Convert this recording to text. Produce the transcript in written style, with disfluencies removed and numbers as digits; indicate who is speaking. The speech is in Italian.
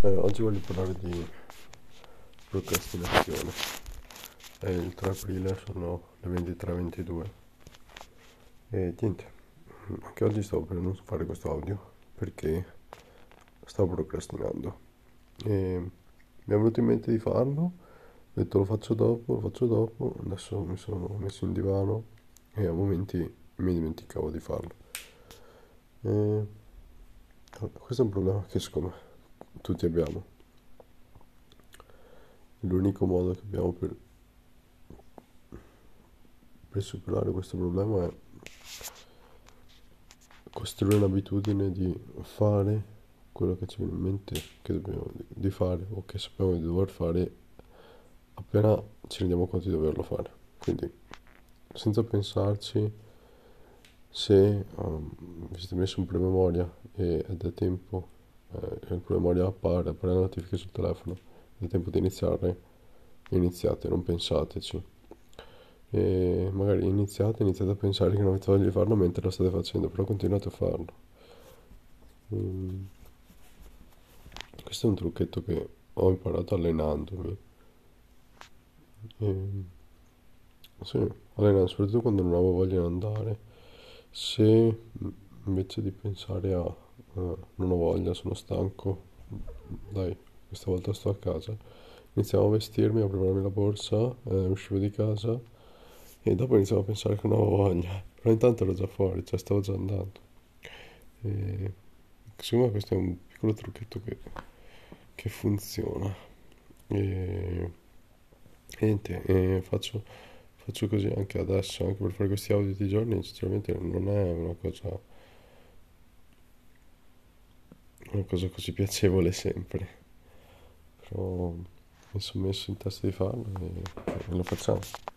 Speaker 1: Oggi voglio parlare di procrastinazione. È il 3 aprile, sono le 23:22 e niente, anche oggi stavo per non fare questo audio perché stavo procrastinando e mi è venuto in mente di farlo, ho detto lo faccio dopo, adesso mi sono messo in divano e a momenti mi dimenticavo di farlo. E questo è un problema che secondo me tutti abbiamo. L'unico modo che abbiamo per superare questo problema è costruire un'abitudine di fare quello che ci viene in mente che dobbiamo di fare o che sappiamo di dover fare appena ci rendiamo conto di doverlo fare. Quindi, senza pensarci, se vi siete messi un promemoria e è da tempo, il promemoria appare la notifica sul telefono, è tempo di iniziare, iniziate, non pensateci. E magari iniziate a pensare che non avete voglia di farlo mentre lo state facendo, però continuate a farlo. Mm, Questo è un trucchetto che ho imparato allenandomi. E, sì, allenando, soprattutto quando non avevo voglia di andare. Se invece di pensare a non ho voglia, sono stanco, dai, questa volta sto a casa, iniziavo a vestirmi, a prepararmi la borsa, uscivo di casa e dopo iniziavo a pensare che non avevo voglia. Però intanto ero già fuori, cioè stavo già andando. E secondo me questo è un piccolo trucchetto che funziona. E niente, faccio così anche adesso, anche per fare questi audio tutti i giorni, sinceramente non è una cosa così piacevole sempre, però mi sono messo in testa di farlo e lo facciamo.